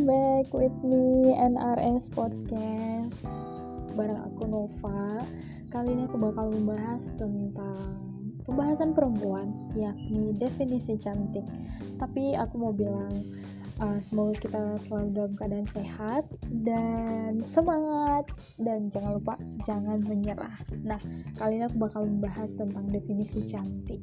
back with me NRS Podcast bareng aku Nova. Kali ini aku bakal membahas tentang pembahasan perempuan, yakni definisi cantik. Tapi aku mau bilang semoga kita selalu dalam keadaan sehat dan semangat. Dan jangan lupa, jangan menyerah. Nah, kali ini aku bakal membahas tentang definisi cantik.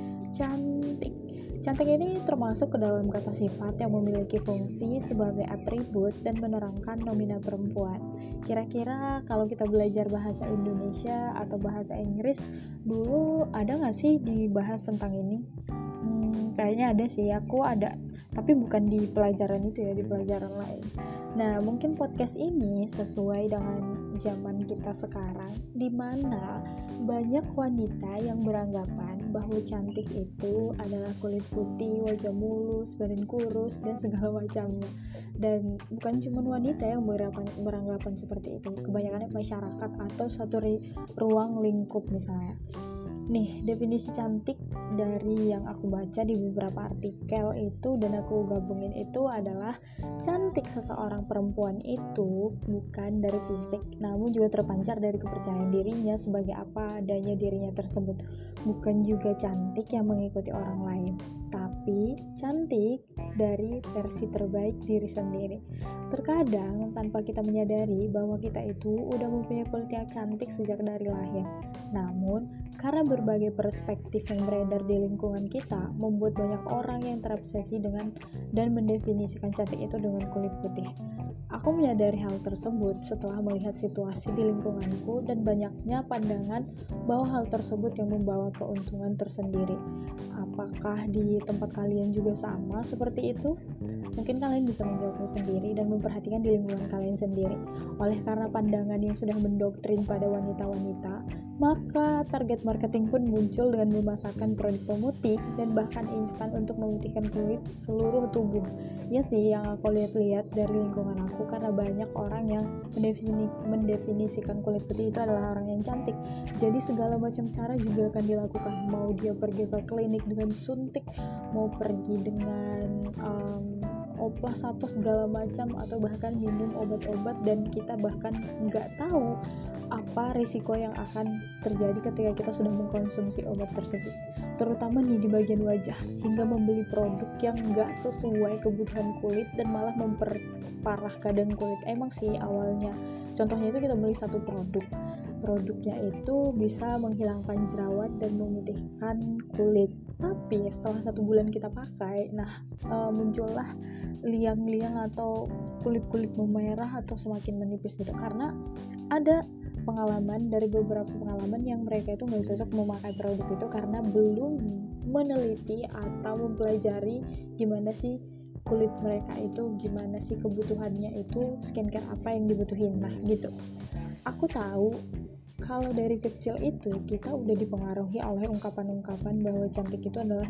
Cantik ini termasuk ke dalam kata sifat yang memiliki fungsi sebagai atribut dan menerangkan nomina perempuan. Kira-kira kalau kita belajar bahasa Indonesia atau bahasa Inggris dulu ada nggak sih dibahas tentang ini? Kayaknya ada sih, aku ada, tapi bukan di pelajaran itu ya, di pelajaran lain. Nah, mungkin podcast ini sesuai dengan zaman kita sekarang, di mana banyak wanita yang beranggapan bahwa cantik itu adalah kulit putih, wajah mulus, badan kurus, dan segala macamnya. Dan bukan cuma wanita yang beranggapan seperti itu, kebanyakan masyarakat atau suatu ruang lingkup misalnya. Nih, definisi cantik dari yang aku baca di beberapa artikel itu dan aku gabungin itu adalah cantik seseorang perempuan itu bukan dari fisik, namun juga terpancar dari kepercayaan dirinya sebagai apa adanya dirinya tersebut. Bukan juga cantik yang mengikuti orang lain, tapi cantik dari versi terbaik diri sendiri. Terkadang tanpa kita menyadari bahwa kita itu udah mempunyai kulit yang cantik sejak dari lahir. Namun, karena berbagai perspektif yang beredar di lingkungan kita, membuat banyak orang yang terobsesi dengan dan mendefinisikan cantik itu dengan kulit putih. Aku menyadari hal tersebut setelah melihat situasi di lingkunganku dan banyaknya pandangan bahwa hal tersebut yang membawa keuntungan tersendiri. Apakah di tempat kalian juga sama seperti itu? Mungkin kalian bisa menjawabnya sendiri dan memperhatikan di lingkungan kalian sendiri. Oleh karena pandangan yang sudah mendoktrin pada wanita-wanita, maka target marketing pun muncul dengan memasarkan produk pemutih dan bahkan instan untuk memutihkan kulit seluruh tubuh. Ya sih, yang aku lihat-lihat dari lingkungan aku, karena banyak orang yang mendefinisikan kulit putih itu adalah orang yang cantik. Jadi segala macam cara juga akan dilakukan. Mau dia pergi ke klinik dengan suntik, mau pergi dengan oplas atau segala macam, atau bahkan minum obat-obat, dan kita bahkan nggak tahu apa risiko yang akan terjadi ketika kita sudah mengkonsumsi obat tersebut, terutama nih di bagian wajah, hingga membeli produk yang nggak sesuai kebutuhan kulit dan malah memperparah keadaan kulit. Emang sih awalnya, contohnya itu kita beli satu produknya itu bisa menghilangkan jerawat dan memutihkan kulit, tapi setelah 1 bulan kita pakai, muncullah liang-liang atau kulit-kulit memerah atau semakin menipis gitu, karena ada beberapa pengalaman yang mereka itu nggak cocok memakai produk itu karena belum meneliti atau mempelajari gimana sih kulit mereka itu, gimana sih kebutuhannya itu, skincare apa yang dibutuhin. Nah gitu, aku tahu kalau dari kecil itu kita udah dipengaruhi oleh ungkapan-ungkapan bahwa cantik itu adalah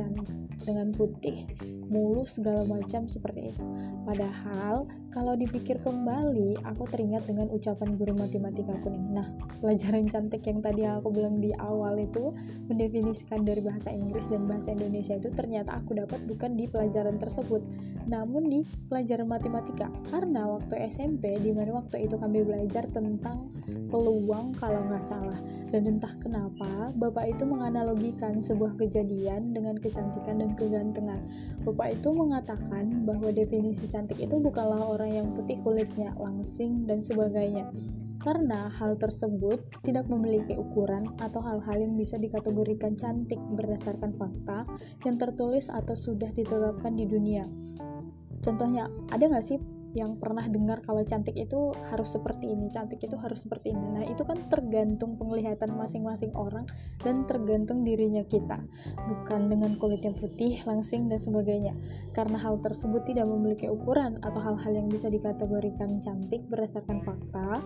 dengan putih, mulus, segala macam seperti itu. Padahal kalau dipikir kembali, aku teringat dengan ucapan guru matematika aku nih. Nah, pelajaran cantik yang tadi aku bilang di awal itu mendefinisikan dari bahasa Inggris dan bahasa Indonesia itu ternyata aku dapat bukan di pelajaran tersebut, namun di pelajaran matematika. Karena waktu SMP, di mana waktu itu kami belajar tentang peluang kalau nggak salah, dan entah kenapa bapak itu menganalogikan sebuah kejadian dengan kecantikan dan kegantengan. Bapak itu mengatakan bahwa definisi cantik itu bukanlah orang yang putih kulitnya, langsing dan sebagainya, karena hal tersebut tidak memiliki ukuran atau hal-hal yang bisa dikategorikan cantik berdasarkan fakta yang tertulis atau sudah ditetapkan di dunia. Contohnya, ada nggak sih yang pernah dengar kalau cantik itu harus seperti ini, cantik itu harus seperti ini? Nah, itu kan tergantung penglihatan masing-masing orang dan tergantung dirinya kita, bukan dengan kulit yang putih, langsing, dan sebagainya. Karena hal tersebut tidak memiliki ukuran atau hal-hal yang bisa dikategorikan cantik berdasarkan fakta.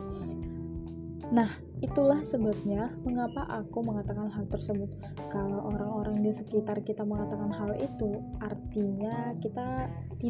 Nah, itulah sebabnya mengapa aku mengatakan hal tersebut. Kalau orang-orang di sekitar kita mengatakan hal itu, artinya kita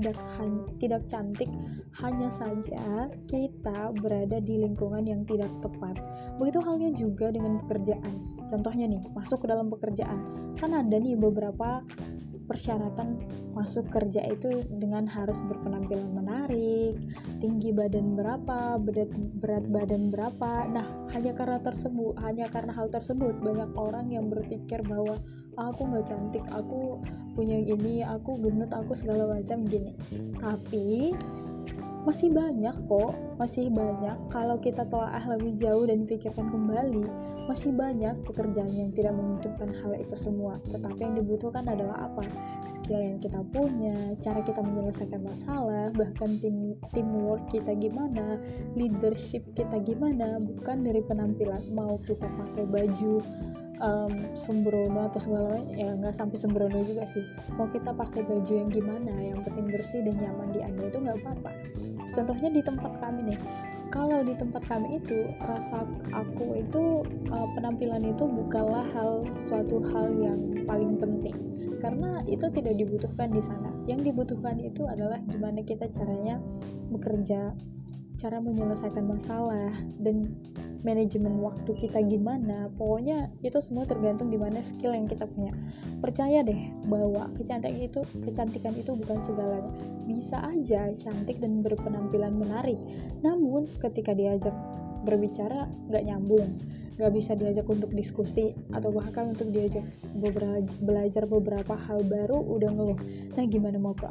tidak cantik, hanya saja kita berada di lingkungan yang tidak tepat. Begitu halnya juga dengan pekerjaan. Contohnya nih, masuk ke dalam pekerjaan. Kan ada nih beberapa persyaratan masuk kerja itu dengan harus berpenampilan menarik, tinggi badan berapa, berat badan berapa. Nah, hanya karena hal tersebut banyak orang yang berpikir bahwa aku nggak cantik, aku punya ini, aku gendut, aku segala macam gini. Tapi masih banyak kalau kita telah lebih jauh dan pikirkan kembali, masih banyak pekerjaan yang tidak membutuhkan hal itu semua. Tetapi yang dibutuhkan adalah apa? Skill yang kita punya, cara kita menyelesaikan masalah, bahkan teamwork kita gimana, leadership kita gimana, bukan dari penampilan. Mau kita pakai baju sembrono atau segala macam, ya nggak sampai sembrono juga sih, mau kita pakai baju yang gimana, yang penting bersih dan nyaman di Anda, itu nggak apa-apa. Contohnya di tempat kami nih, kalau di tempat kami itu rasa aku itu penampilan itu bukanlah suatu hal yang paling penting, karena itu tidak dibutuhkan di sana. Yang dibutuhkan itu adalah gimana kita caranya bekerja, cara menyelesaikan masalah, dan manajemen waktu kita gimana. Pokoknya itu semua tergantung di mana skill yang kita punya. Percaya deh bahwa kecantikan itu bukan segalanya. Bisa aja cantik dan berpenampilan menarik, namun ketika diajak berbicara nggak nyambung, nggak bisa diajak untuk diskusi, atau bahkan untuk diajak belajar beberapa hal baru udah ngeluh. Nah, gimana mau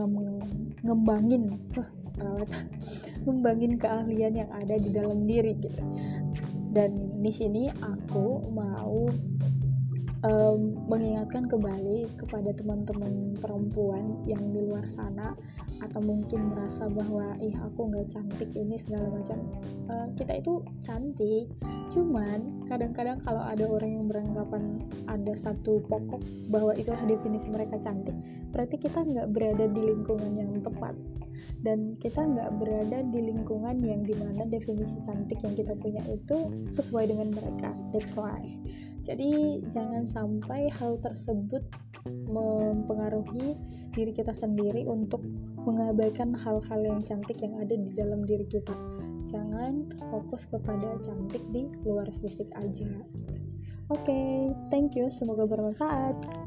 ngembangin keahlian yang ada di dalam diri gitu. Dan di sini aku mau mengingatkan kembali kepada teman-teman perempuan yang di luar sana, atau mungkin merasa bahwa aku nggak cantik ini segala macam. Kita itu cantik, cuman kadang-kadang kalau ada orang yang beranggapan ada satu pokok bahwa itulah definisi mereka cantik, berarti kita nggak berada di lingkungan yang tepat, dan kita nggak berada di lingkungan yang dimana definisi cantik yang kita punya itu sesuai dengan mereka. That's why. Jadi jangan sampai hal tersebut mempengaruhi diri kita sendiri untuk mengabaikan hal-hal yang cantik yang ada di dalam diri kita. Jangan fokus kepada cantik di luar fisik aja. Oke, thank you, semoga bermanfaat.